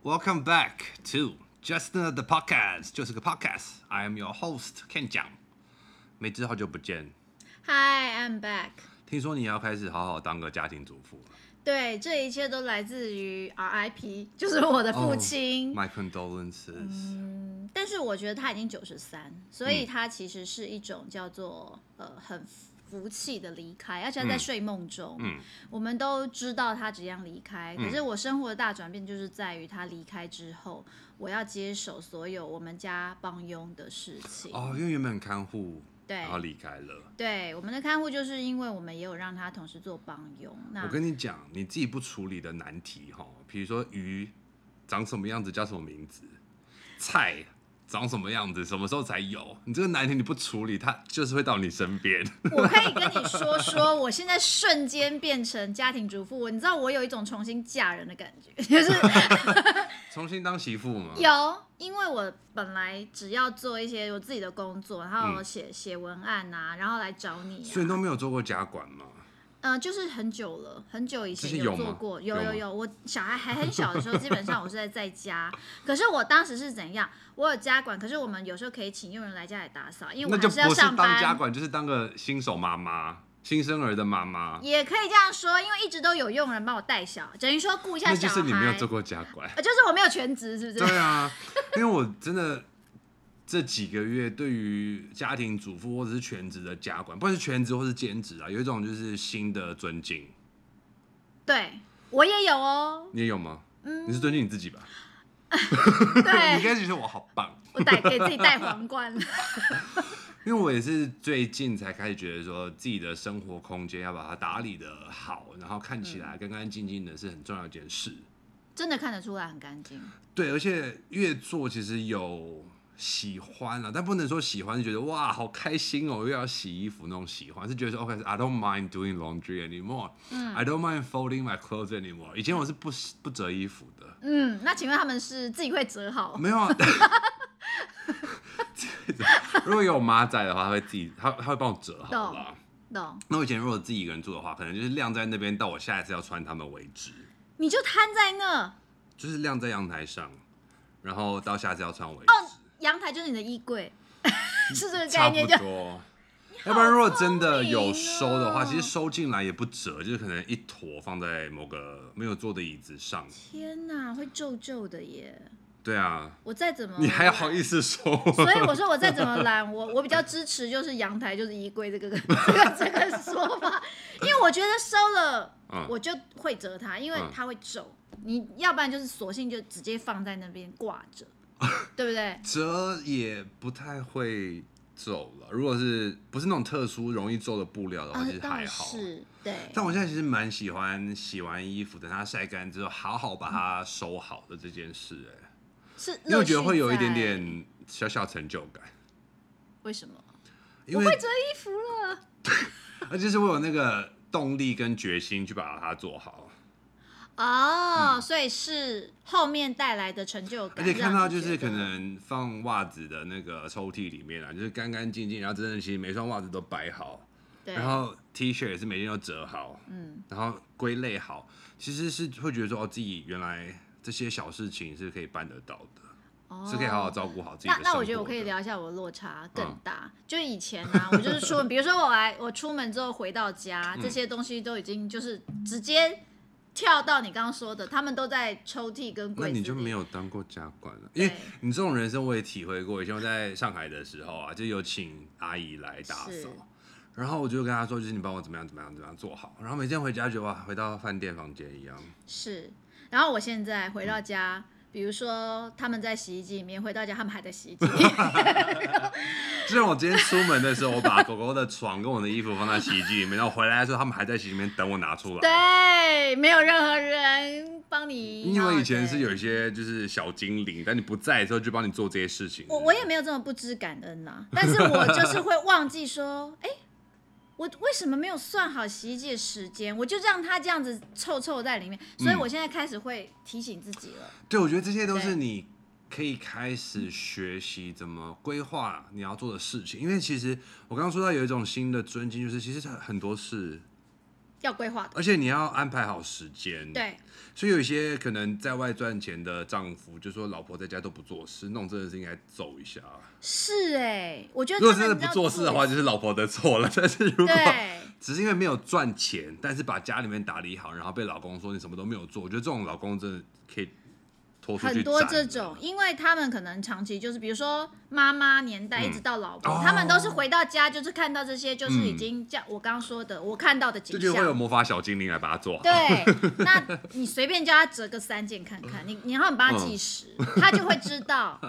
Welcome back to Just Another Podcast， 就是个 Podcast。I am your host Ken 讲，梅枝好久不见。 Hi, I'm back。 听说你要开始好好当个家庭主妇了。 对，这一切都来自于 RIP， 就是我的父亲。 My condolences。 但是我觉得他已经93，所以他其实是一种叫做很福气的离开，而且在睡梦中。我们都知道他即将离开，可是我生活的大转变就是在于他离开之后，我要接手所有我们家帮佣的事情。 因为原本看护。 对， 然后离开了。 对，我们的看护就是因为我们也有让他同时做帮佣。 我跟你讲，你自己不处理的难题比如说鱼长什么样子叫什么名字，菜长什么样子什么时候才有，你这个难题你不处理，它就是会到你身边。 我可以跟你说，我现在瞬间变成家庭主妇，你知道我有一种重新嫁人的感觉，就是重新当媳妇吗？ 有，因为我本来只要做一些我自己的工作，然后写文案啊，然后来找你所以你都没有做过家管吗？ 就是很久了，很久以前有做过，有。我小孩还很小的时候，基本上我是在家。可是我当时是怎样？我有家管，可是我们有时候可以请佣人来家里打扫，因为我还是要上班。 那就不是当家管，就是当个新手妈妈、新生儿的妈妈。 也可以这样说，因为一直都有佣人帮我带小，等于说顾一下小孩。 那就是你没有做过家管， 就是我没有全职，是不是？ 对啊，因为我真的。这几个月对于家庭主妇或者是全职的家管，不管是全职或是兼职啊，有一种就是新的尊敬。 对，我也有哦。 你也有吗？你是尊敬你自己吧？ 对， 你应该觉得我好棒。 我给自己戴皇冠。 因为我也是最近才开始觉得说，自己的生活空间要把它打理的好，然后看起来干干净净的是很重要的一件事。 真的看得出来很干净。 对，而且越做其实有。喜欢但不能说喜欢是觉得哇好开心又要洗衣服那种喜欢，是觉得说 OK I don't mind doing laundry anymore，I don't mind folding my clothes anymore。以前我是不折衣服的。 那请问他们是自己会折好？ 没有啊。如果有我妈在的话，她会帮我折好吧。 懂。 那我以前如果自己一个人住的话，可能就是晾在那边到我下一次要穿它们为止。 你就摊在那？ 就是晾在阳台上，然后到下次要穿为止。 阳台就是你的衣柜，是这个概念就。 差不多。要不然如果真的有收的话，其实收进来也不折，就是可能一坨放在某个没有坐的椅子上。 天哪，会皱皱的耶。 对啊。 我再怎么你还好意思说？ 所以我说我再怎么懒，我比较支持就是阳台就是衣柜这个说法，因为我觉得收了我就会折它，因为它会皱。你要不然就是索性就直接放在那边挂着。对不对？ 折也不太会皱了，如果是不是那种特殊容易皱的布料的话，其实还好。 是，对。 但我现在其实蛮喜欢洗完衣服等它晒干之后，好好把它收好的这件事。 是， 因为我觉得会有一点点小小成就感。 为什么？ 因为我会折衣服了。 而且是我有那个动力跟决心去把它做好。 所以是后面带来的成就感， 而且看到就是可能放袜子的那个抽屉里面就是干干净净，然后真的其实每双袜子都摆好，然后 T 恤也是每天都折好，然后归类好，其实是会觉得说自己原来这些小事情是可以办得到的，是可以好好照顾好自己的生活的。 那我觉得我可以聊一下我的落差更大，就是以前我就是出门，比如说我出门之后回到家，这些东西都已经就是直接。跳到你刚刚说的，他们都在抽屉跟柜子里。 那你就没有当过家管了，因为你这种人生我也体会过。以前我在上海的时候就有请阿姨来打扫，然后我就跟她说，就是你帮我怎么样做好。然后每天回家就回到饭店房间一样。 是，然后我现在回到家，比如说他们在洗衣机里面，回到家他们还在洗衣机里面。 就像我今天出门的时候，我把狗狗的床跟我的衣服放在洗衣机里面，然后回来的时候他们还在洗衣机里面等我拿出来。 对，没有任何人帮你。 因为以前是有一些就是小精灵，但你不在的时候就帮你做这些事情。 我也没有这么不知感恩啦，但是我就是会忘记说，我为什么没有算好洗衣机的时间？我就让它这样子臭在里面，所以我现在开始会提醒自己了。 对，我觉得这些都是你可以开始学习怎么规划你要做的事情，因为其实我刚刚说到有一种新的尊敬，就是其实很多事要规划的， 而且你要安排好时间。 对， 所以有一些可能在外赚钱的丈夫，就说老婆在家都不做事，那种真的是应该揍一下。 是我觉得如果真的不做事的话，就是老婆的错了。但是如果只是因为没有赚钱，但是把家里面打理好，然后被老公说你什么都没有做，我觉得这种老公真的可以拖出去很多这种，因为他们可能长期就是，比如说妈妈年代一直到老婆，他们都是回到家就是看到这些，就是已经像我刚刚说的，我看到的景象， 就会有魔法小精灵来把它做好。 对，那你随便叫他折个3件看看，然后你帮他计时，他就会知道，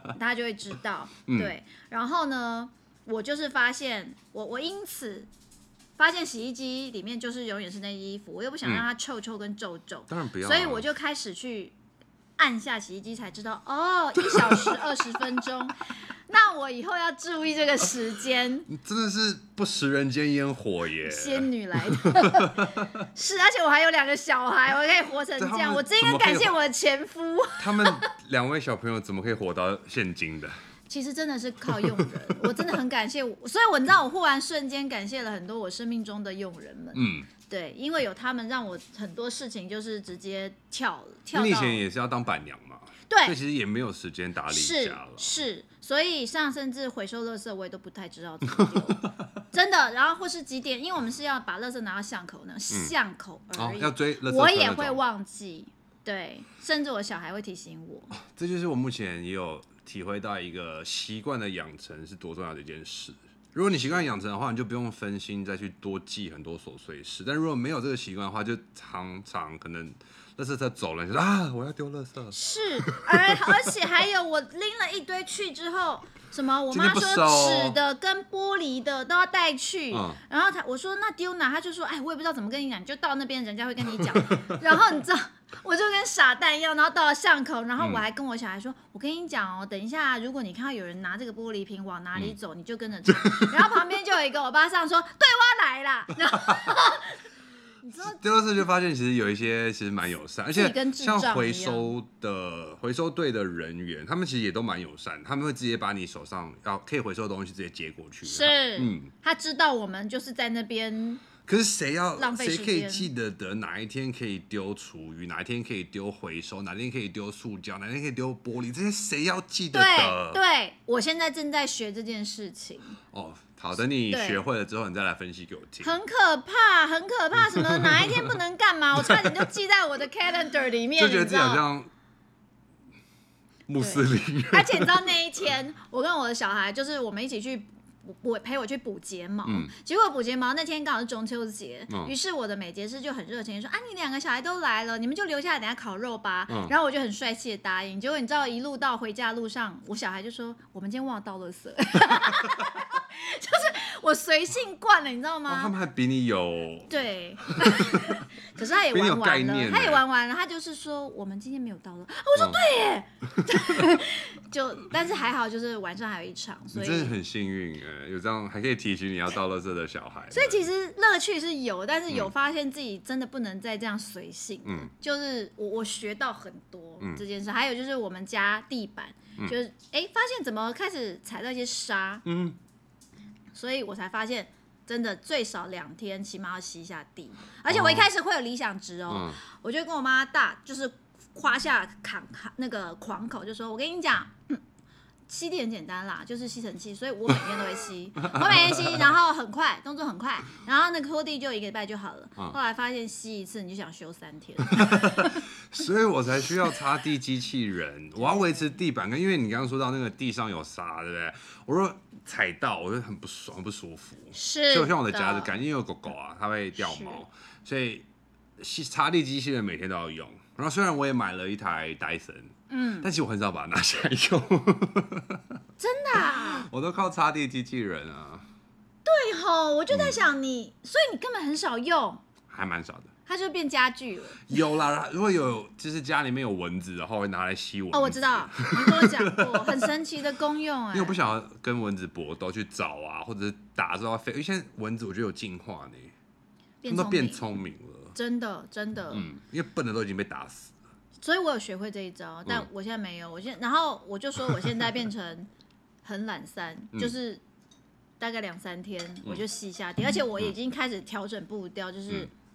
对。然后呢，我就是发现，我因此发现洗衣机里面就是永远是那衣服，我又不想让它臭臭跟皱皱， 当然不要， 所以我就开始去按下洗衣机，才知道1小时20分钟。那我以后要注意这个时间。 你真的是不食人间烟火耶！ 仙女来的，是，而且我还有2个小孩，我可以活成这样，我真应该感谢我的前夫。 他们2位小朋友怎么可以活到现今的？ 其实真的是靠佣人，我真的很感谢，所以你知道，我忽然瞬间感谢了很多我生命中的佣人们。对，因为有他们，让我很多事情就是直接跳到。 你以前也是要当伴娘嘛？ 对， 所以其实也没有时间打理家了。 是，所以甚至回收垃圾我也都不太知道怎么丢，真的。然后或是几点，因为我们是要把垃圾拿到巷口呢，巷口而已， 要追垃圾车我也会忘记。对，甚至我小孩会提醒我。 这就是我目前也有体会到一个习惯的养成是多重要的一件事。如果你习惯养成的话，你就不用分心再去多记很多琐碎事。但如果没有这个习惯的话，就常常可能垃圾车走了，你就说我要丢垃圾。 是，而且还有我拎了一堆去之后，什么我妈说纸的跟玻璃的都要带去，然后我说那丢哪，他就说我也不知道怎么跟你讲，你就到那边人家会跟你讲。然后你知道，我就跟傻蛋一样，然后到了巷口，然后我还跟我小孩说，我跟你讲等一下如果你看到有人拿这个玻璃瓶往哪里走，你就跟着走。然后旁边就有一个欧巴桑说，对，我要来啦。然后你知道丢垃圾就发现其实有一些其实蛮友善，而且像回收队的人员，他们其实也都蛮友善，他们会直接把你手上可以回收的东西直接接过去。 是，他知道我们就是在那边。 可是谁可以记得哪一天可以丢厨余，哪一天可以丢回收，哪一天可以丢塑胶，哪一天可以丢玻璃，这些谁要记得的？ 对，我现在正在学这件事情。 好，等你学会了之后，你再来分析给我听。 很可怕，很可怕，什么哪一天不能干嘛，我差点就记在我的 calendar 里面， 就觉得自己好像穆斯林。 而且你知道那一天，我跟我的小孩就是我们一起去。陪我去补睫毛，结果补睫毛那天刚好是中秋节，于是我的美睫师就很热情说你2个小孩都来了，你们就留下来等下烤肉吧。然后我就很帅气的答应，结果你知道一路到回家的路上，我小孩就说我们今天忘了倒垃圾。就是我随性惯了，你知道吗？ 他们还比你有对，可是他也玩完了，他就是说我们今天没有倒垃圾。我说对耶，但是还好，就是晚上还有一场，所以你真的很幸运有这样还可以提醒你要倒垃圾的小孩。 所以其实乐趣是有，但是有发现自己真的不能再这样随性。就是我学到很多这件事，还有就是我们家地板，就是发现怎么开始踩到一些沙，所以我才发现真的最少2天起码要吸一下地，而且我一开始会有理想值我就跟我妈就是夸下那个狂口，就说我跟你讲。吸地很简单啦，就是吸尘器，所以我每天都会吸，然后很快，动作很快，然后那个拖地就1个礼拜就好了。后来发现吸一次你就想休3天， 所以我才需要擦地机器人。我要维持地板，因为你刚刚说到那个地上有沙，对不对？我说踩到，我就很不爽，很不舒服。 是， 所以我希望我的家是干净，因为有狗狗它会掉毛，所以擦地机器人每天都要用。然后虽然我也买了一台 Dyson。但其实我很少把它拿起来用。 真的我都靠擦地机器人啊。 对吼，我就在想所以你根本很少用。 还蛮少的。 它就变家具了。 有啦，如果有就是家里面有蚊子的话，会拿来吸蚊子。 我知道，你跟我讲过，很神奇的功用因为我不想要跟蚊子搏斗去找或者是打之后飞，因为现在蚊子我觉得有进化呢，它们都变聪明了。 真的。 因为笨的都已经被打死。 所以我有学会这一招，但我现在没有。然后我就说我现在变成很懒散，就是大概2-3天我就吸一下地，而且我已经开始调整步调，就是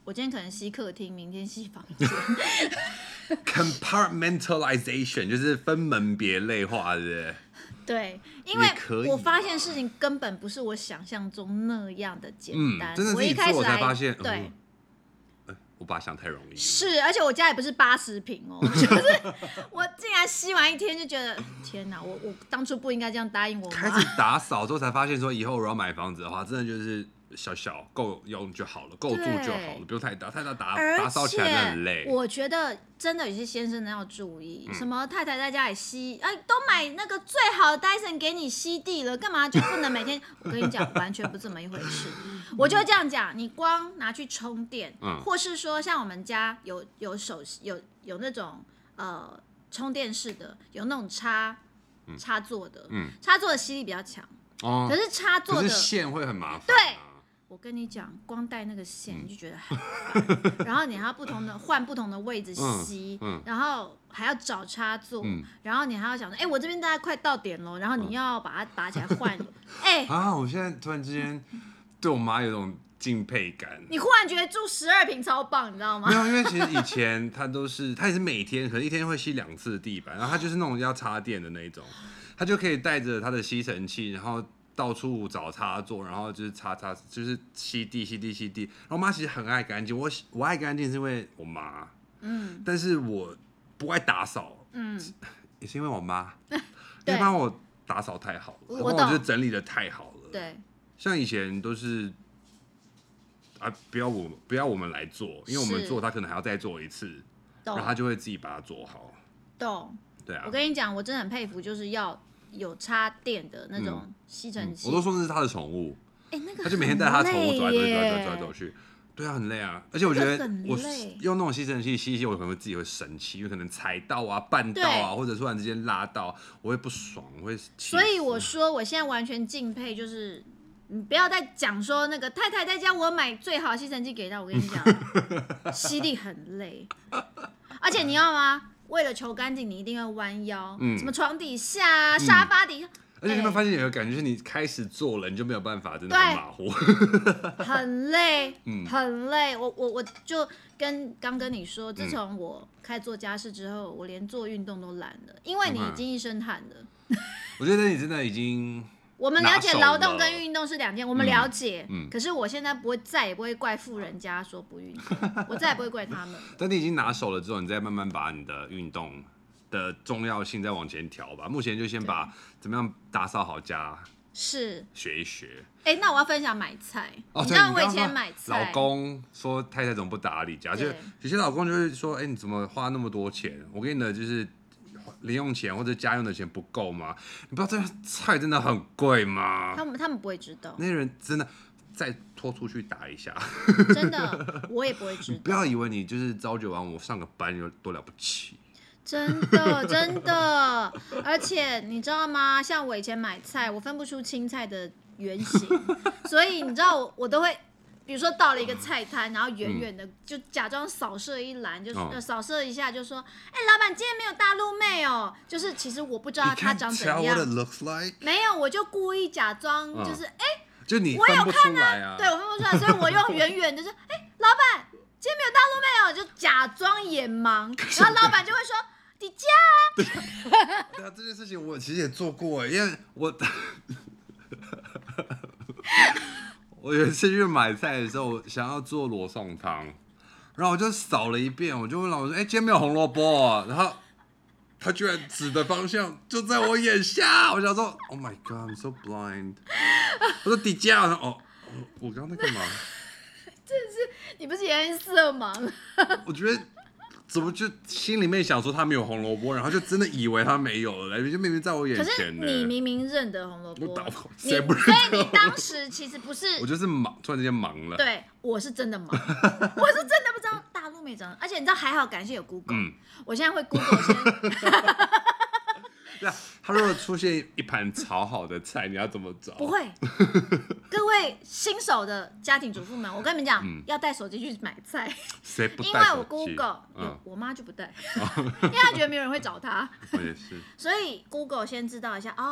我今天可能吸客厅，明天吸房间。 Compartmentalization 就是分门别类化的。 对，因为我发现事情根本不是我想象中那样的简单。 真的我一开始我才发现， 对。 我把它想太容易了。 是，而且我家也不是80平哦，就是我竟然吸完一天就觉得天哪，我当初不应该这样答应我妈。 开始打扫之后才发现说，以后我要买房子的话，真的就是小小够用就好了，够住就好了，不用太大，太大打扫起来真的很累。 我觉得真的有些先生要注意，什么太太在家里吸，都买那个最好的 Dyson 给你吸地了，干嘛就不能每天？我跟你讲，完全不这么一回事。我就这样讲，你光拿去充电，或是说像我们家有那种充电式的，有那种插座的，插座的吸力比较强。可是插座的， 可是线会很麻烦。 对，我跟你讲，光带那个线你就觉得很烦，然后你还要换不同的位置吸，然后还要找插座，然后你还要想说，我这边大概快到点了，然后你要把它拔起来换。 我现在突然之间对我妈有种敬佩感。 你忽然觉得住12坪超棒，你知道吗？ 没有，因为其实以前她也是每天，可能一天会吸2次地板，然后她就是那种要插电的那一种。他就可以带着他的吸尘器，然后到处找插座，然后就是就是吸地。然后我妈其实很爱干净，我爱干净是因为我妈，但是我不爱打扫，也是因为我妈，因为帮我打扫太好了，然后我就整理的太好了。 对， 像以前都是不要我们来做，因为我们做他可能还要再做一次，然后他就会自己把它做好。 懂。 对啊， 我跟你讲，我真的很佩服，就是要有插电的那种吸尘器。 我都说那是他的宠物， 那个他就每天带他宠物走来走去。对啊，很累啊，而且我觉得我用那种吸尘器吸，我可能自己会生气，因为可能踩到啊、绊到啊，或者突然之间拉到，我会不爽，我会气。 所以我说，我现在完全敬佩，就是你不要再讲说那个太太在家，我买最好的吸尘器给她。我跟你讲，吸力很累，而且你知道吗？为了求干净，你一定要弯腰，什么床底下、沙发底下。 而且你有没有发现有个感觉，是你开始做了，你就没有办法，真的很马虎， 很累，很累。我就刚跟你说，自从我开始做家事之后，我连做运动都懒了，因为你已经一身汗了。 我觉得你真的已经。 我们了解劳动跟运动是2件，我们了解。可是我现在再也不会怪富人家说不运动，我再也不会怪他们。 但你已经拿手了之后，你再慢慢把你的运动的重要性再往前调吧。目前就先把怎么样打扫好家学一学。 那我要分享买菜。你知道我以前买菜， 老公说太太怎么不打理家？就有些老公就会说，你怎么花那么多钱？我给你的就是零用钱或者家用的钱不够吗？你不知道这菜真的很贵吗？ 他们不会知道。 那些人真的再拖出去打一下， 真的我也不会知道。 不要以为你就是朝9晚5上个班有多了不起。 真的真的，而且你知道吗？像我以前买菜，我分不出青菜的原型，所以你知道我都会。比如说到了一个菜摊，然后远远的就假装扫射一栏，就是扫射一下，就说：“老板，今天没有大陆妹哦。”就是其实我不知道她长怎样。没有，我就故意假装就是就你分不出来啊。 对，我分不出来，所以我用远远的就老板，今天没有大陆妹哦，就假装眼盲，然后老板就会说：“你家啊。” 对啊，这件事情我其实也做过，因为我有一次去买菜的时候，想要做罗宋汤，然后我就扫了一遍，我就问老师：“今天没有红萝卜啊？”然后他居然指的方向就在我眼下，我想说 ：“Oh my god, I'm so blind！” 我说：“底价。”我刚刚在干嘛？ 真的是，你不是也很色盲？ 我觉得。怎么就心里面想说他没有红萝卜，然后就真的以为他没有了，就明明在我眼前呢。 可是你明明认得红萝卜， 所以你当时其实不是， 我就是忙，突然之间忙了。 对，我是真的忙，我是真的不知道大陆没长，而且你知道还好，感谢有 Google，我现在会 Google 先。 对啊，他如果出现一盘炒好的菜，你要怎么找？ 不会，各位新手的家庭主妇们，我跟你们讲，要带手机去买菜。 谁不带手机？ 因为我 Google，我妈就不带，因为她觉得没有人会找她。 我也是。 所以 Google 先知道一下，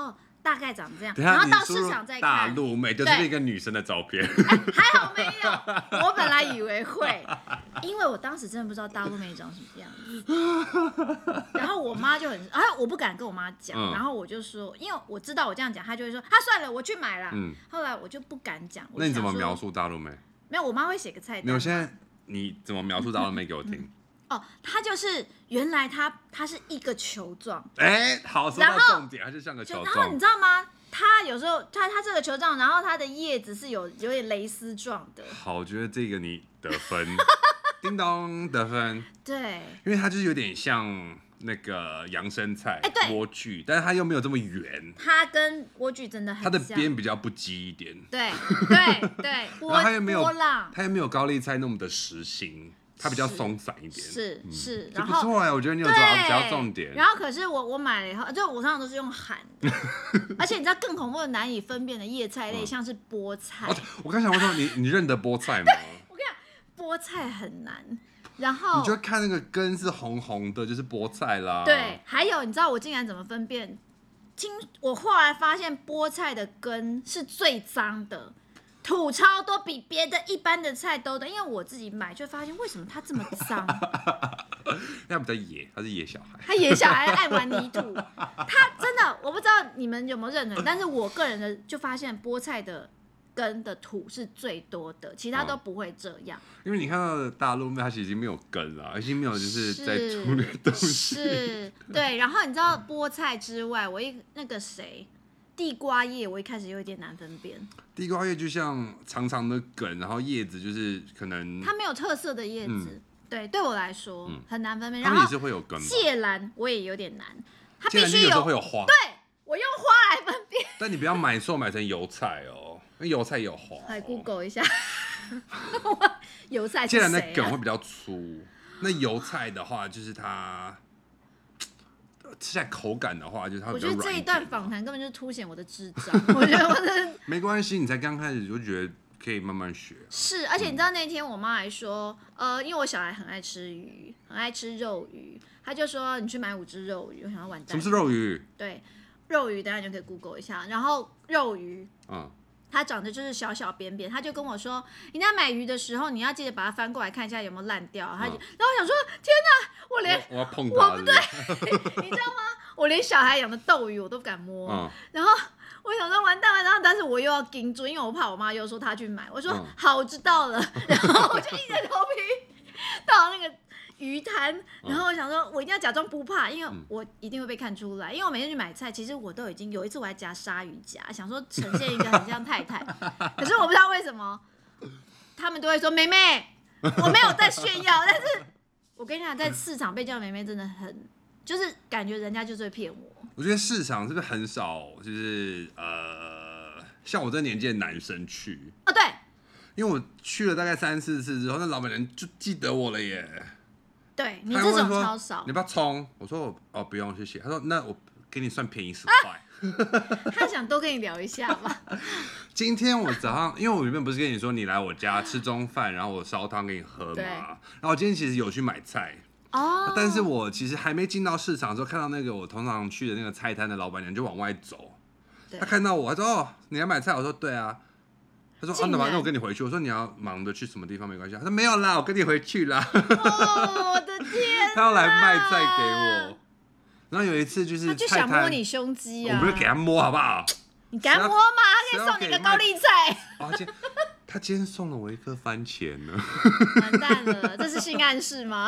大概长这样，然后到市场再看。 大陆妹就是一个女生的照片， 还好没有。我本来以为会，因为我当时真的不知道大陆妹长什么样子。然后我妈就我不敢跟我妈讲，然后我就说，因为我知道我这样讲，她就会说，算了，我去买了。后来我就不敢讲。 那你怎么描述大陆妹？ 没有，我妈会写个菜单。 没有，现在你怎么描述大陆妹给我听？ 它就是原来它是一个球状， 好，说到重点，它就像个球状。 然后你知道吗？它有时候它这个球状，然后它的叶子是有点蕾丝状的。 好，我觉得这个你得分，叮咚得分。 对， 因为它就是有点像那个洋生菜、莴苣，但是它又没有这么圆。 它跟莴苣真的很像， 它的边比较不激一点。 对， 然后它又没有高丽菜那么的实心。它比较松散一点， 是， 然后不错我觉得你有找到重点。 然后可是我买了以后，就我常常都是用喊的，而且你知道更恐怖的难以分辨的叶菜类，像是菠菜。 我刚想问说，你认得菠菜吗？ 我跟你讲，菠菜很难。然后你就看那个根是红红的，就是菠菜啦。 对，还有你知道我竟然怎么分辨？我后来发现菠菜的根是最脏的。土超多，比别的一般的菜都多，因为我自己买就发现为什么它这么脏。 那比较野，他是野小孩。 他野小孩爱玩泥土，他真的我不知道你们有没有认同，但是我个人的就发现菠菜的根的土是最多的，其他都不会这样。 因为你看到的大陆妹，它其实已经没有根了，已经没有就是在处理东西。 是，对。然后你知道菠菜之外，那个谁。地瓜叶我一开始有点难分辨， 地瓜叶就像长长的梗，然后叶子就是可能它没有特色的叶子，对我来说很难分辨。 然后也是会有根。 芥蓝我也有点难，它必须有时候会有花。 对，我用花来分辨。 但你不要买成油菜因为油菜也有花。 来 Google 一下，油菜是芥蓝的梗会比较粗，那油菜的话就是它。吃起来口感的话，就是它比较软一点。 我觉得这一段访谈根本就是凸显我的智障。我觉得我的没关系，你才刚开始就觉得可以慢慢学。 是，而且你知道那天我妈还说，因为我小孩很爱吃鱼，很爱吃肉鱼，她就说你去买5只肉鱼，我想要完蛋。 什么是肉鱼？ 对，肉鱼，等一下你就可以 Google 一下。然后肉鱼，它长得就是小小扁扁，他就跟我说，你在买鱼的时候，你要记得把它翻过来看一下有没有烂掉。然后我想说，天哪， 我要碰它， 我不对，你知道吗？我连小孩养的斗鱼我都不敢摸。然后我想说完蛋了，然后但是我又要盯住，因为我怕我妈又说她去买。我说好，我知道了。然后我就硬着头皮到那个鱼摊，然后我想说，我一定要假装不怕，因为我一定会被看出来。因为我每天去买菜，其实我都已经有一次我还夹鲨鱼夹，想说呈现一个很像太太，可是我不知道为什么，他们都会说妹妹，我没有在炫耀，但是我跟你讲，在市场被叫妹妹真的很，就是感觉人家就是会骗我。 我觉得市场是不是很少，就是像我这年纪的男生去？ 对， 因为我去了大概3-4次之后，那老板娘就记得我了耶。 对，你这种超少。 你要不要葱？我说不用谢谢。他说那我给你算便宜10块。 他想多跟你聊一下吧。 今天我早上，因为我原本不是跟你说你来我家吃中饭，然后我烧汤给你喝嘛。然后我今天其实有去买菜。但是我其实还没进到市场的时候，看到那个我通常去的那个菜摊的老板娘就往外走。他看到我，他说你来买菜？我说对啊。他说那我跟你回去。我说你要忙的去什么地方没关系。他说没有啦，我跟你回去啦。 我的天！ 他要来卖菜给我。然后有一次就是他就想摸你胸肌啊。 我不是给他摸好不好？ 你给他摸嘛，他可以送你个高丽菜。 他今天送了我一颗番茄呢。 完蛋了，这是性暗示吗？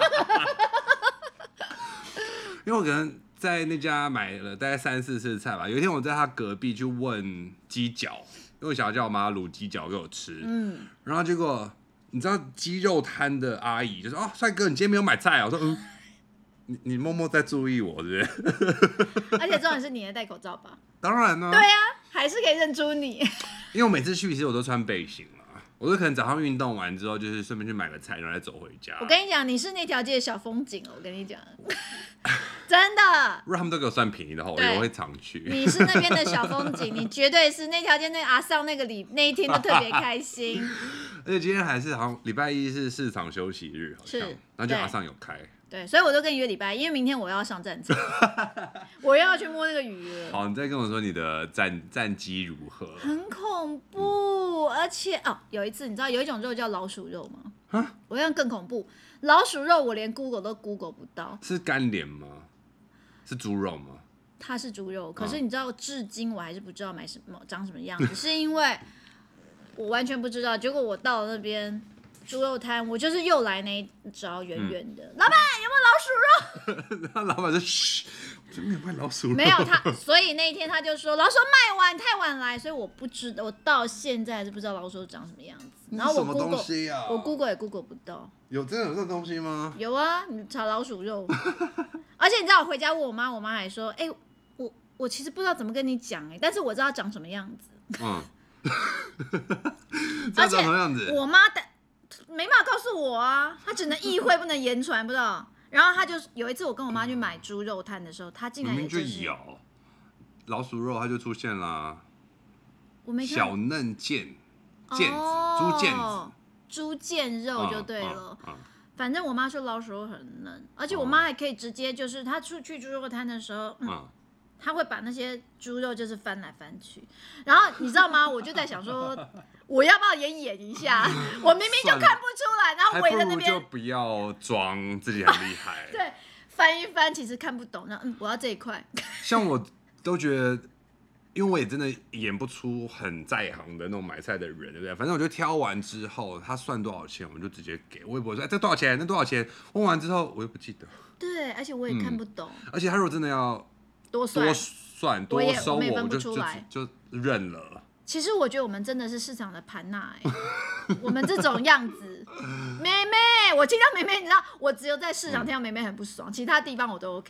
因为我可能在那家买了大概3-4次的菜吧。有一天我在他隔壁去问鸡脚，因为我想要叫我妈卤鸡脚给我吃。然后结果你知道鸡肉摊的阿姨就说：“帅哥，你今天没有买菜啊？”我说：“你默默在注意我，对不对？”而且重点是你也戴口罩吧？ 当然呢。 对啊，还是可以认出你。 因为我每次去其实我都穿背心啦，我就可能早上运动完之后，就是顺便去买个菜，然后再走回家。 我跟你讲，你是那条街的小风景哦，我跟你讲，真的。 如果他们都给我算便宜的话，我会常去。 你是那边的小风景，你绝对是那条街那个阿桑那一天就特别开心。 而且今天还是好像礼拜一是市场休息日，好像，然后就阿桑有开。 对，所以我就跟你约礼拜，因为明天我要上战场，我又要去摸那个鱼了。 好，你再跟我说你的战绩如何？ 很恐怖，而且有一次你知道有一种肉叫老鼠肉吗？我跟你讲更恐怖，老鼠肉我连 Google 都 Google 不到。 是干脸吗？是猪肉吗？ 它是猪肉，可是你知道，至今我还是不知道买什么长什么样子，是因为我完全不知道。结果我到了那边猪肉摊，我就是又来那一招远远的，老板有没有老鼠肉？ 然后老板就嘘，我没有卖老鼠肉。 没有他，所以那一天他就说老鼠卖完太晚来，所以我不知道，我到现在还是不知道老鼠长什么样子。然后我 Google， 我 Google 也 Google 不到。 真的有这种东西吗？ 有啊，你查老鼠肉。而且你知道我回家问我妈，我妈还说，我其实不知道怎么跟你讲但是我知道长什么样子。 而且我妈的没办法告诉我啊，她只能意会不能言传，不知道。然后她就有一次我跟我妈去买猪肉摊的时候，她竟然也就是有老鼠肉，它就出现了。 我没看小嫩腱子，猪腱子， 猪腱肉就对了。反正我妈说老鼠肉很嫩，而且我妈还可以直接就是她出去猪肉摊的时候，她会把那些猪肉就是翻来翻去。然后你知道吗？我就在想说，我要不要也演一下？我明明就看不出来，然后围在那边， 就不要装自己很厉害。 对，翻一翻其实看不懂，然后我要这一块。 像我都觉得。因为我也真的演不出很在行的那种买菜的人，对不对？反正我就挑完之后，他算多少钱，我就直接给。我也不会说，这多少钱？那多少钱？问完之后，我又不记得。 对，而且我也看不懂。 而且他如果真的要多算多收，我就认了。 其实我觉得我们真的是市场的盘娜我们这种样子，妹妹，我听到妹妹，你知道，我只有在市场听到妹妹很不爽，其他地方我都 OK。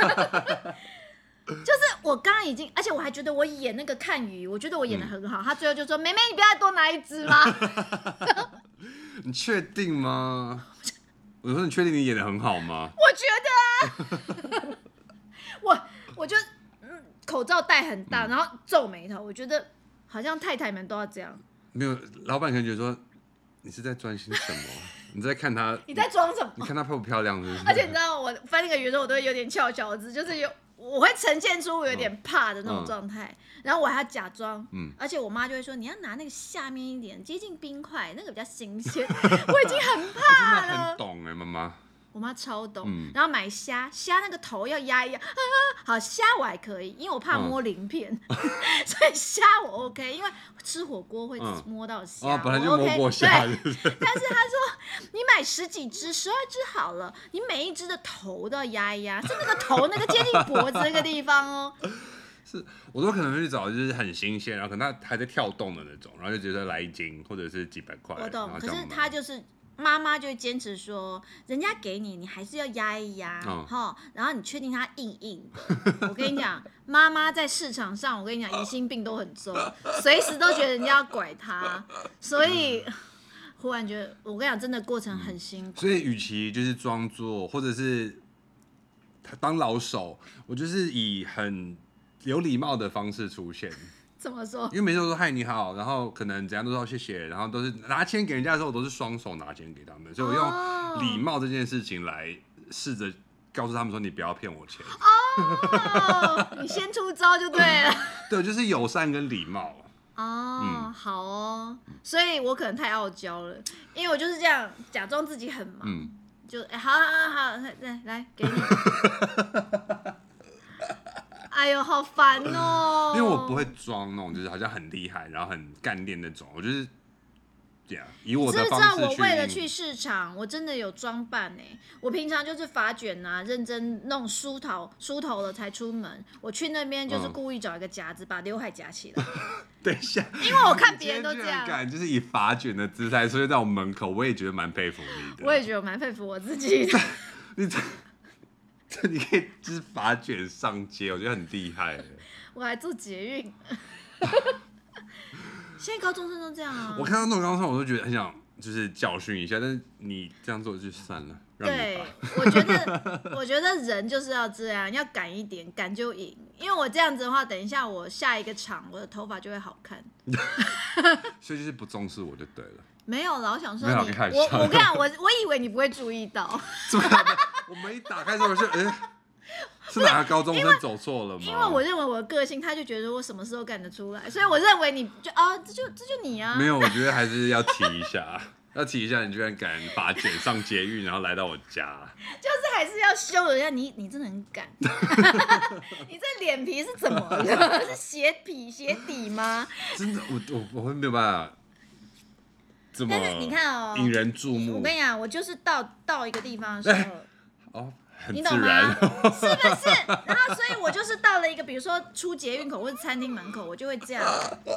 就是我刚刚已经，而且我还觉得我演那个看鱼，我觉得我演得很好。他最后就说：“妹妹，你不要再多拿一只吗？” 你确定吗？我说你确定你演得很好吗？ 我觉得我就口罩戴很大，然后皱眉头。我觉得好像太太们都要这样。 没有，老板可能觉得说你是在专心什么？你在看他？ 你在装什么？ 你看他漂不漂亮是不是？ 而且你知道，我翻那个鱼的时候，我都会有点翘脚趾，就是我会呈现出我有点怕的那种状态，然后我还要假装，而且我妈就会说你要拿那个下面一点接近冰块，那个比较新鲜。我已经很怕了。 真的很懂妈妈。 我妈超懂，然后买虾那个头要压一压，好虾我还可以，因为我怕摸鳞片，所以虾我 OK， 因为吃火锅会摸到虾， 本来就摸过虾， 对。但是她说你买10几只、12只好了，你每一只的头都要压一压，是那个头那个接近脖子那个地方哦。 是，我都可能会去找就是很新鲜，然后可能它还在跳动的那种，然后就觉得来1斤或者是几百块。 我懂，可是他就是。妈妈就会坚持说，人家给你，你还是要压一压，然后你确定它硬硬的。我跟你讲，妈妈在市场上，我跟你讲，疑心病都很重，随时都觉得人家要拐她，所以忽然觉得，我跟你讲，真的过程很辛苦。 所以，与其就是装作，或者是当老手，我就是以很有礼貌的方式出现。 怎么说？ 因为每次都说嗨你好，然后可能怎样都说谢谢，然后都是拿钱给人家的时候，我都是双手拿钱给他们，所以我用礼貌这件事情来试着告诉他们说你不要骗我钱。 你先出招就对了。 对，就是友善跟礼貌。 好哦，所以我可能太傲娇了，因为我就是这样假装自己很忙，就好，来给你。哎呦，好烦哦！ 因为我不会装那种，就是好像很厉害，然后很干练那种。我就是这样，以我的方式去。你知不知道我为了去市场，我真的有装扮我平常就是发卷啊，认真弄梳头了才出门。我去那边就是故意找一个夹子，把刘海夹起来。 等一下， 因为我看别人都这样， 就是以发卷的姿态出现在我门口，我也觉得蛮佩服你的。 我也觉得蛮佩服我自己的。 你可以就是发卷上街，我觉得很厉害。 我还坐捷运。现在高中生都这样啊。 我看到那种高中生，我都觉得很想就是教训一下，但是你这样做就算了。 对，我觉得人就是要这样，要赶一点，赶就赢。因为我这样子的话，等一下我下一个场，我的头发就会好看。 所以就是不重视我就对了。 没有了，我想说没有你， 开玩笑我跟你讲，我以为你不会注意到， 怎么我们一打开之后是哪个高中生走错了吗？ 因为我认为我的个性，他就觉得我什么事都干得出来，所以我认为你就这就你啊。 没有，我觉得还是要提一下，要提一下，你居然敢把卷上捷运，然后来到我家， 就是还是要羞辱一下你，你真的很敢，你这脸皮是怎么了？是鞋底吗？ 真的，我会没有办法。这么但是你看哦， 引人注目。 我跟你讲，我就是到一个地方的时候， 很自然， 你懂吗？是不是？然后，所以我就是到了一个，比如说出捷运口或者餐厅门口，我就会这样，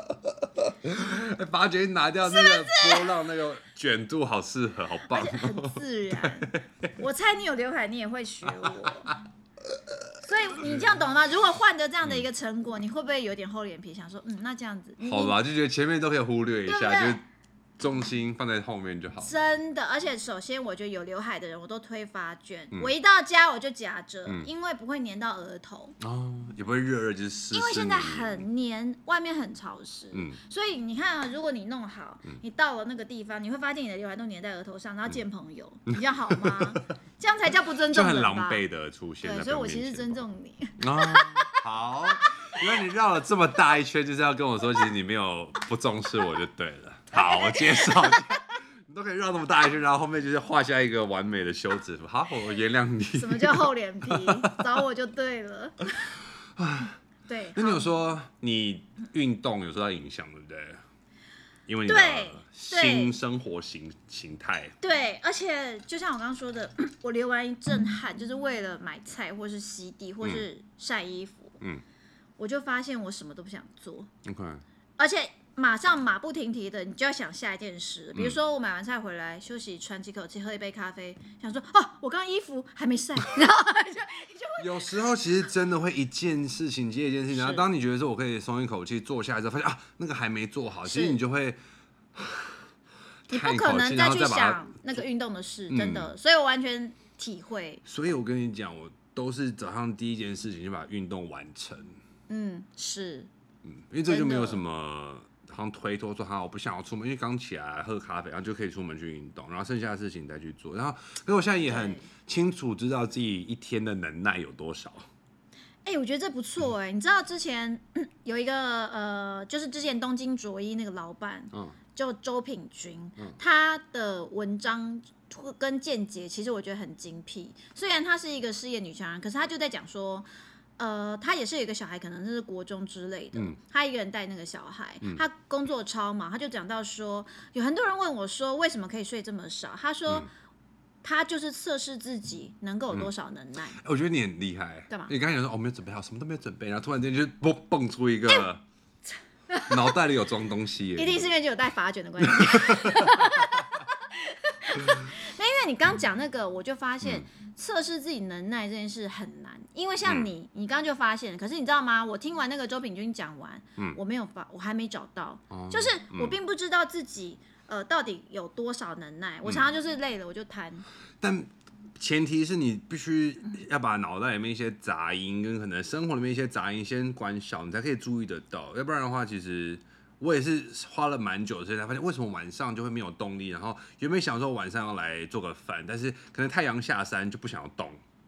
把捷运拿掉，那个波浪那个卷度好适合，好棒， 很自然。我猜你有刘海，你也会学我。所以你这样懂吗？如果换得这样的一个成果，你会不会有点厚脸皮，想说，那这样子， 好吧，就觉得前面都可以忽略一下， 对不对？ 就重心放在后面就好。 真的，而且首先我觉得有刘海的人，我都推发卷，我一到家我就夹着，因为不会粘到额头， 也不会热就是湿。 因为现在很黏，外面很潮湿，所以你看啊，如果你弄好，你到了那个地方，你会发现你的刘海都粘在额头上，然后见朋友，你这样好吗？这样才叫不尊重人吧？ 就很狼狈的出现。 对，所以我其实尊重你。 好，因为你绕了这么大一圈，就是要跟我说，其实你没有不重视我就对了。好，我接受。你都可以绕那么大一圈，然后后面就是画下一个完美的休止符。好，我原谅你。 什么叫厚脸皮？找我就对了。对。 那你有说你运动有受到影响，对不对？因为你的新生活形态。 对，而且就像我刚刚说的，我流完一阵汗，就是为了买菜，或是洗地，或是晒衣服。我就发现我什么都不想做。 OK。 而且马上马不停蹄的，你就要想下一件事。比如说我买完菜回来休息，喘几口气，喝一杯咖啡，想说我刚刚衣服还没晒，然后就有时候其实真的会一件事情接一件事情，然后当你觉得说我可以松一口气坐下来之后，发现那个还没做好，其实你就会你不可能再去想那个运动的事，真的。所以我完全体会。 所以我跟你讲，我都是早上第一件事情就把运动完成。 是。 因为这就没有什么好像推脱说我不想要出门，因为刚起来喝咖啡，然后就可以出门去运动，然后剩下的事情再去做。然后，可是我现在也很清楚知道自己一天的能耐有多少。 我觉得这不错你知道之前有一个就是之前东京卓一那个老板，就周品君，他的文章跟见解其实我觉得很精辟。虽然他是一个事业女强人，可是他就在讲说。他也是有一个小孩，可能是国中之类的，他一个人带那个小孩，他工作超忙，他就讲到说，有很多人问我说，为什么可以睡这么少？他说，他就是测试自己能够有多少能耐。 我觉得你很厉害， 干嘛？ 你刚才讲说没有准备好，什么都没有准备，然后突然间就蹦出一个脑袋里有装东西， 一定是因为就有带发卷的关系。因为你刚讲那个，我就发现测试自己能耐这件事很难，因为像你刚刚就发现，可是你知道吗？我听完那个周品君讲完，我还没找到，就是我并不知道自己到底有多少能耐，我常常就是累了我就瘫。 但前提是你必须要把脑袋里面一些杂音跟可能生活里面一些杂音先关小，你才可以注意得到，要不然的话，其实。我也是花了蛮久的时间才发现，为什么晚上就会没有动力。然后原本想说晚上要来做个饭，但是可能太阳下山就不想要动。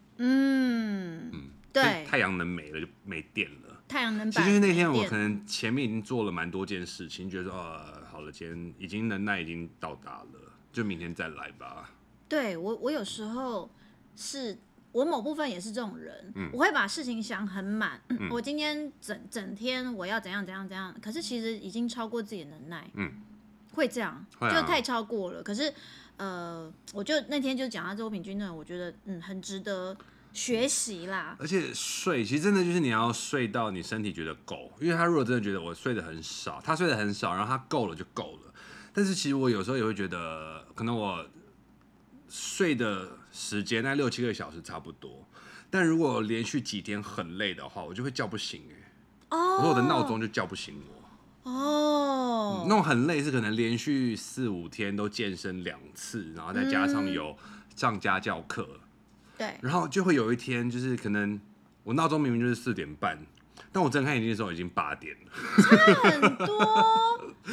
对，太阳能没了就没电了。 太阳能其实那天我可能前面已经做了蛮多件事情，觉得说好了，今天已经能耐已经到达了，就明天再来吧。 对我有时候是。我某部分也是这种人，我会把事情想很满。我今天整天我要怎样怎样怎样，可是其实已经超过自己的能耐，会这样，就太超过了。可是我就那天就讲到周品君那，我觉得很值得学习啦。 而且睡其实真的就是你要睡到你身体觉得够，因为他如果真的觉得我睡得很少，他睡得很少，然后他够了就够了。但是其实我有时候也会觉得，可能我睡的时间那6-7个小时差不多，但如果连续几天很累的话，我就会叫不醒我的闹钟就叫不醒我。那种很累是可能连续4-5天都健身2次，然后再加上有上家教课， 对， 然后就会有一天就是可能我闹钟明明就是4点半，但我睁开眼睛的时候已经8点了， 差很多。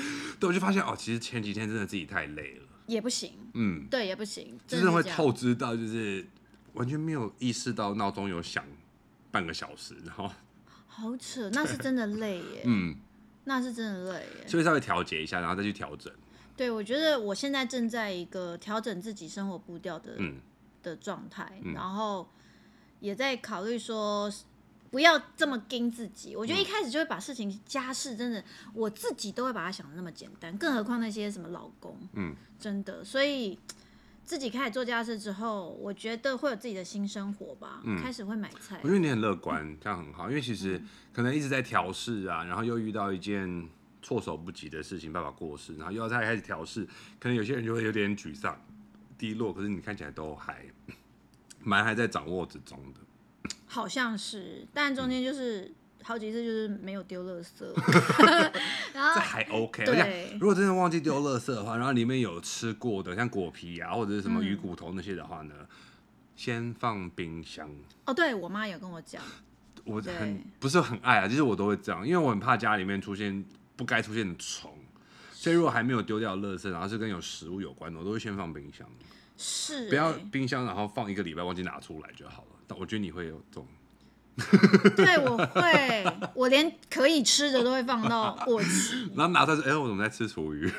对，我就发现哦，其实前几天真的自己太累了， 也不行，对，也不行， 真的会透支到，就是完全没有意识到闹钟有响半个小时，然后好扯，那是真的累耶，那是真的累耶， 所以稍微调节一下，然后再去调整。 对，我觉得我现在正在一个调整自己生活步调的状态，然后也在考虑说不要这么盯自己。我觉得一开始就会把事情家事真的我自己都会把它想的那么简单，更何况那些什么老公，真的，所以自己开始做家事之后，我觉得会有自己的新生活吧，开始会买菜。 我觉得你很乐观，这样很好，因为其实可能一直在调试啊，然后又遇到一件措手不及的事情，爸爸过世，然后又要再开始调试，可能有些人就会有点沮丧、低落。可是你看起来都还在掌握之中的， 好像是，但中间就是好几次就是没有丢垃圾，然后这还 OK。而且如果真的忘记丢垃圾的话，然后里面有吃过的，像果皮啊或者是什么鱼骨头那些的话呢，先放冰箱。 哦，对我妈有跟我讲， 我不是很爱啊，就是我都会这样，因为我很怕家里面出现不该出现的虫，所以如果还没有丢掉的垃圾，然后是跟有食物有关的，我都会先放冰箱。 是， 不要冰箱然后放1个礼拜忘记拿出来就好了。但我觉得你会有这种， 对，我会，我连可以吃的都会放到过期， 然后拿出来说，我怎么在吃厨余？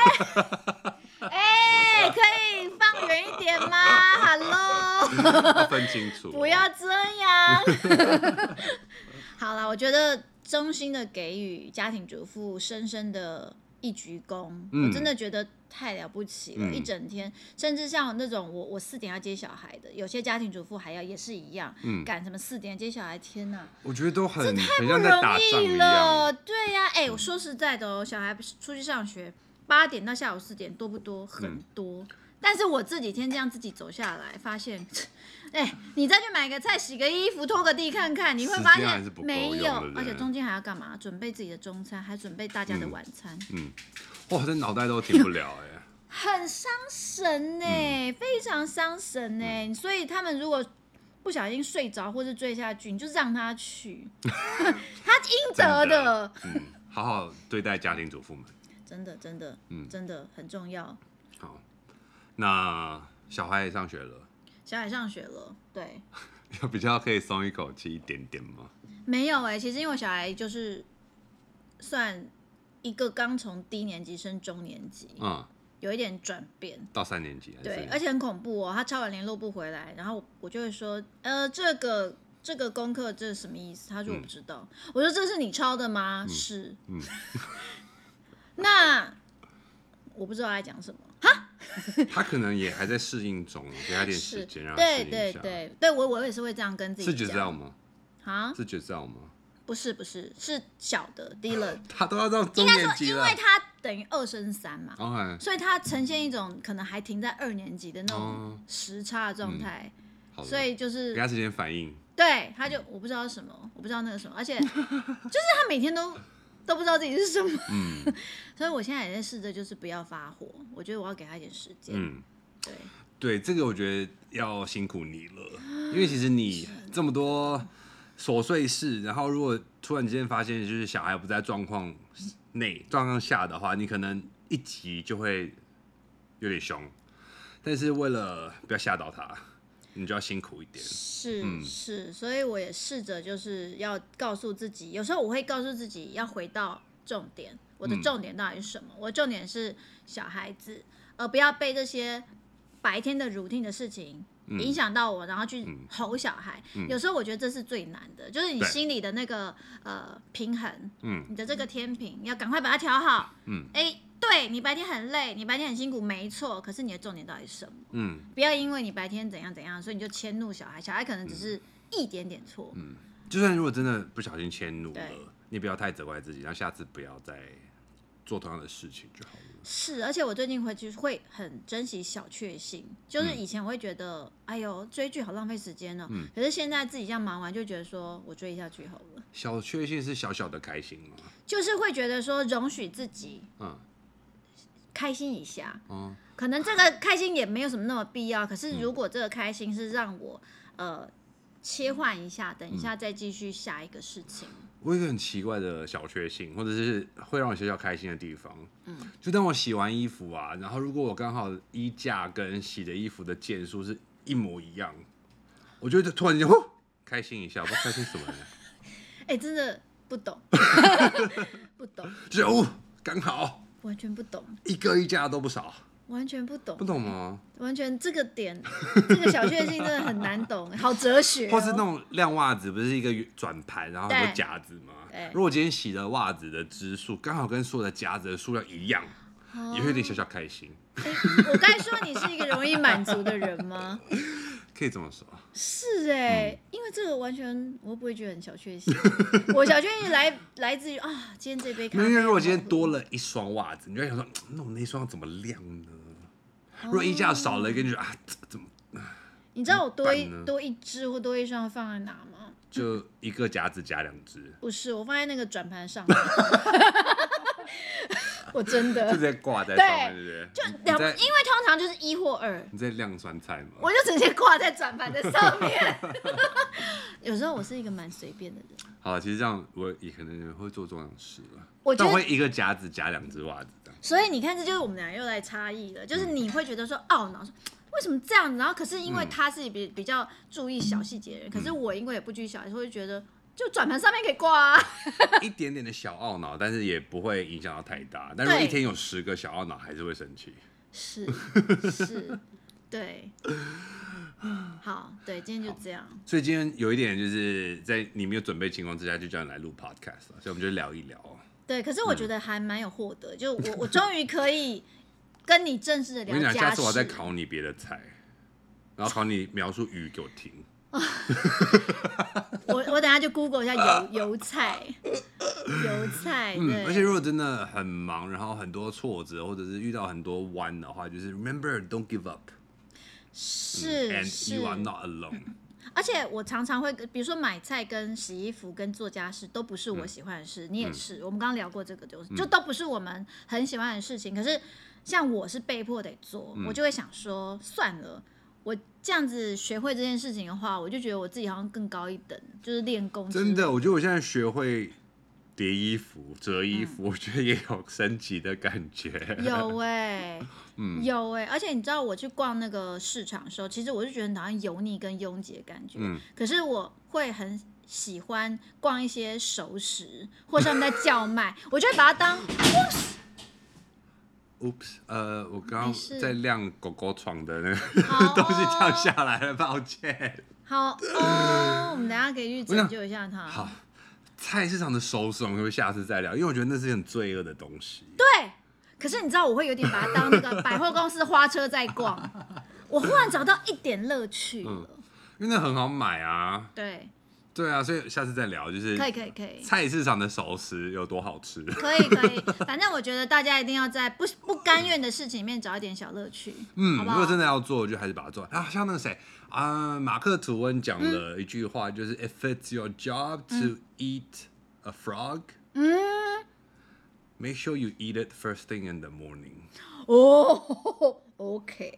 可以放远一点吗 ？Hello， 要分清楚， 不要这样。好了，我觉得衷心的给予家庭主妇深深的一鞠躬，我真的觉得太了不起了，一整天，甚至像那种我4点要接小孩的，有些家庭主妇也是一样，赶什么4点接小孩，天哪， 我觉得都很太不容易了，对呀，我说实在的哦，小孩出去上学8点到下午4点多不多？很多。但是我这几天这样自己走下来，发现，你再去买个菜、洗个衣服、拖个地看看，你会发现没有，而且中间还要干嘛？准备自己的中餐，还准备大家的晚餐。 哇，这脑袋都停不了很伤神非常伤神所以他们如果不小心睡着或是坠下去，你就让他去，他应得的。 好好对待家庭主妇们， 真的，真的很重要。 好，那小孩也上学了， 对， 有比较可以松一口气一点点吗？ 没有其实因为我小孩就是算一个刚从低年级升中年级，有一点转变到3年级， 对，而且很恐怖他抄完联络簿回来，然后我就会说，这个功课这是什么意思？他说我不知道，我说这是你抄的吗？是，那我不知道他在讲什么哈。 他可能也还在适应中，给他点时间让他适应一下。 对，我也是会这样跟自己讲。 是绝招吗？ 是绝招吗？不是，是小的Dylan， 他都要到中年级了， 因为他等于2升3嘛，所以他呈现一种可能还停在2年级的那种时差的状态，所以就是给他时间反应。 对，他就我不知道什么，我不知道那个什么，而且就是他每天都不知道自己是什么，所以我现在也在试着就是不要发火，我觉得我要给他一点时间， 对，这个我觉得要辛苦你了，因为其实你这么多琐碎事，然后如果突然之间发现就是小孩不在状况下的话，你可能一急就会有点凶，但是为了不要吓到他，你就要辛苦一点。 是，所以我也试着就是要告诉自己，有时候我会告诉自己要回到重点，我的重点到底是什么？我的重点是小孩子，不要被这些白天的 routine 的事情影响到我，然后去吼小孩。有时候我觉得这是最难的，就是你心里的那个平衡，你的这个天平要赶快把它调好。对，你白天很累，你白天很辛苦，没错。可是你的重点到底是什么？不要因为你白天怎样怎样，所以你就迁怒小孩。小孩可能只是一点点错。 就算如果真的不小心迁怒了，你不要太责怪自己，然后下次不要再做同样的事情就好了。 是，而且我最近会很珍惜小确幸，就是以前我会觉得，哎呦，追剧好浪费时间哦。可是现在自己这样忙完，就觉得说我追一下剧好了。 小确幸是小小的开心吗？ 就是会觉得说容许自己，开心一下，可能这个开心也没有什么那么必要。可是如果这个开心是让我切换一下，等一下再继续下一个事情， 我有一个很奇怪的小确幸，或者是会让我小小开心的地方，就当我洗完衣服啊，然后如果我刚好衣架跟洗的衣服的件数是一模一样，我就突然间开心一下，不知道开心什么呢？ 真的不懂，不懂， 就是刚好， 完全不懂， 一个衣架都不少。 完全不懂， 不懂吗？ 完全这个点，这个小确幸真的很难懂，好哲学或是那种晾袜子，不是一个转盘，然后很多夹子吗？如果今天洗的袜子的支数刚好跟所有的夹子的数量一样，也会有点小小开心。 我该说你是一个容易满足的人吗？ 可以这么说。 是因为这个完全我不会觉得很小确幸，我小确幸来自于今天这杯咖啡。 因为如果今天多了一双袜子，你就会想说，那我那双怎么晾呢？如果衣架少了一个，就觉得怎么？ 你知道我多一只或多一双放在哪吗？ 就一个夹子加2只。 不是，我放在那个转盘上面。我真的就直接挂在上面，对不对？ 就因为通常就是1或2。 你在晾酸菜吗？ 我就直接挂在转盘的上面。有时候我是一个蛮随便的人。 好，其实这样我也可能会做这种事了。 但我会一个夹子夹2只袜子的。 所以你看，这就是我们俩又来差异了，就是你会觉得说懊恼，说为什么这样子？然后可是因为他是比较注意小细节的人，可是我因为也不注意小细节，会觉得就转盘上面可以挂啊。 一点点的小懊恼，但是也不会影响到太大。但如果一天有10个小懊恼，还是会生气。 是，对。好，对，今天就这样。 所以今天有一点就是在你没有准备情况之下，就叫你来录 podcast 了，所以我们就聊一聊。 对，可是我觉得还蛮有获得，就我终于可以跟你正式的聊家事。 我跟你讲，下次我再考你别的菜，然后考你描述鱼给我听。 我等下就 Google 一下油菜，对。 而且如果真的很忙，然后很多挫折，或者是遇到很多弯的话，就是 remember don't give up。 是 ，and you are not alone。 而且我常常会，比如说买菜、跟洗衣服、跟做家事，都不是我喜欢的事。你也是，我们刚刚聊过这个，就都不是我们很喜欢的事情。可是像我是被迫得做，我就会想说，算了，我这样子学会这件事情的话，我就觉得我自己好像更高一等，就是练功。 真的，我觉得我现在学会叠衣服、折衣服，我觉得也有升级的感觉。 有有而且你知道我去逛那个市场的时候，其实我就觉得好像油腻跟拥挤的感觉。可是我会很喜欢逛一些熟食，或是他们在叫卖，我就会把它当。 Oops， 我刚刚在晾狗狗床的那个东西掉下来了，抱歉。 好我们等一下可以去拯救一下它。 好，菜市场的熟食我们可不可以下次再聊？因为我觉得那是很罪恶的东西。 对，可是你知道我会有点把它当那个百货公司花车在逛，我忽然找到一点乐趣了。 因为那很好买啊。对啊，所以下次再聊，就是可以。 菜市场的熟食有多好吃？ 可以，反正我觉得大家一定要在不甘愿的事情里面找一点小乐趣。好不好？ 如果真的要做，就还是把它做啊。像那个谁马克·吐温讲了一句话，就是 "If it's your job to eat a frog, make sure you eat it first thing in the morning." OK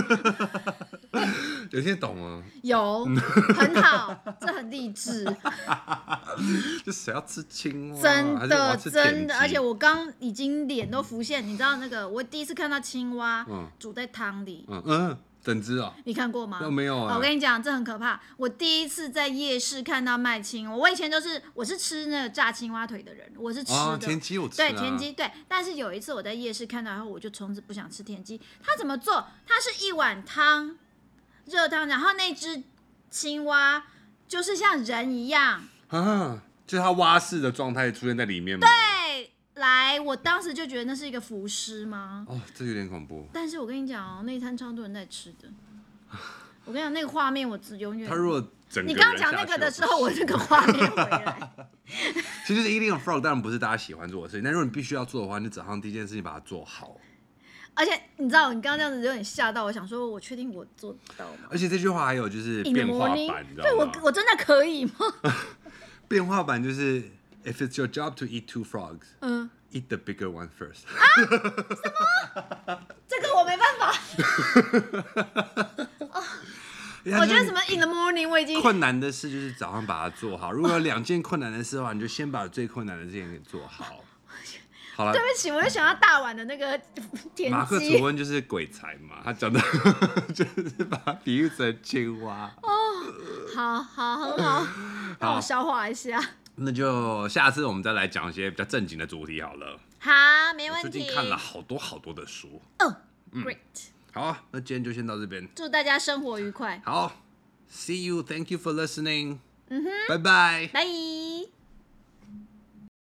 有听懂吗？ 有，很好，这很励志。 就谁要吃青蛙？ 真的，而且我刚已经脸都浮现，你知道那个我第一次看到青蛙煮在汤里。 整只哦， 你看过吗？ 没有啊。 我跟你讲，这很可怕。我第一次在夜市看到卖青蛙，我以前我是吃那个炸青蛙腿的人，我是吃的。 田鸡我吃。 对，田鸡对。但是有一次我在夜市看到以后，我就从此不想吃田鸡。它怎么做？它是一碗汤，热汤，然后那只青蛙就是像人一样就是它蛙式的状态出现在里面吗？ 对。来，我当时就觉得那是一个浮尸吗？ 这有点恐怖。 但是我跟你讲那一餐超多人在吃的。我跟你讲，那个画面我永远。 他如果整个你刚刚讲那个的时候，我这个画面回来。 其实 eating a frog 当然不是大家喜欢做的事情，但如果你必须要做的话，你早上第一件事情把它做好。 而且你知道，你刚刚这样子有点吓到我，想说，我确定我做得到吗？ 而且这句话还有就是变化版，你知道吗？ 对，我真的可以吗？ 变化版就是。If it's your job to eat 2 frogs, eat the bigger one first. 什么？这个我没办法。 我觉得什么 in the morning 我已经困难的事就是早上把它做好。如果有2件困难的事的话，你就先把最困难的这件给做好。好了， 对不起，我就想到大碗的那个田鸡。 马克·吐温就是鬼才嘛，他讲的就是把它比喻成青蛙。 哦，好，很好，让我消化一下。 那就下次我们再来讲一些比较正经的主题好了。 好，没问题。 最近看了好多的书。 Great。 好啊，那今天就先到这边。 祝大家生活愉快。 好 ，See you, thank you for listening。拜拜。 拜。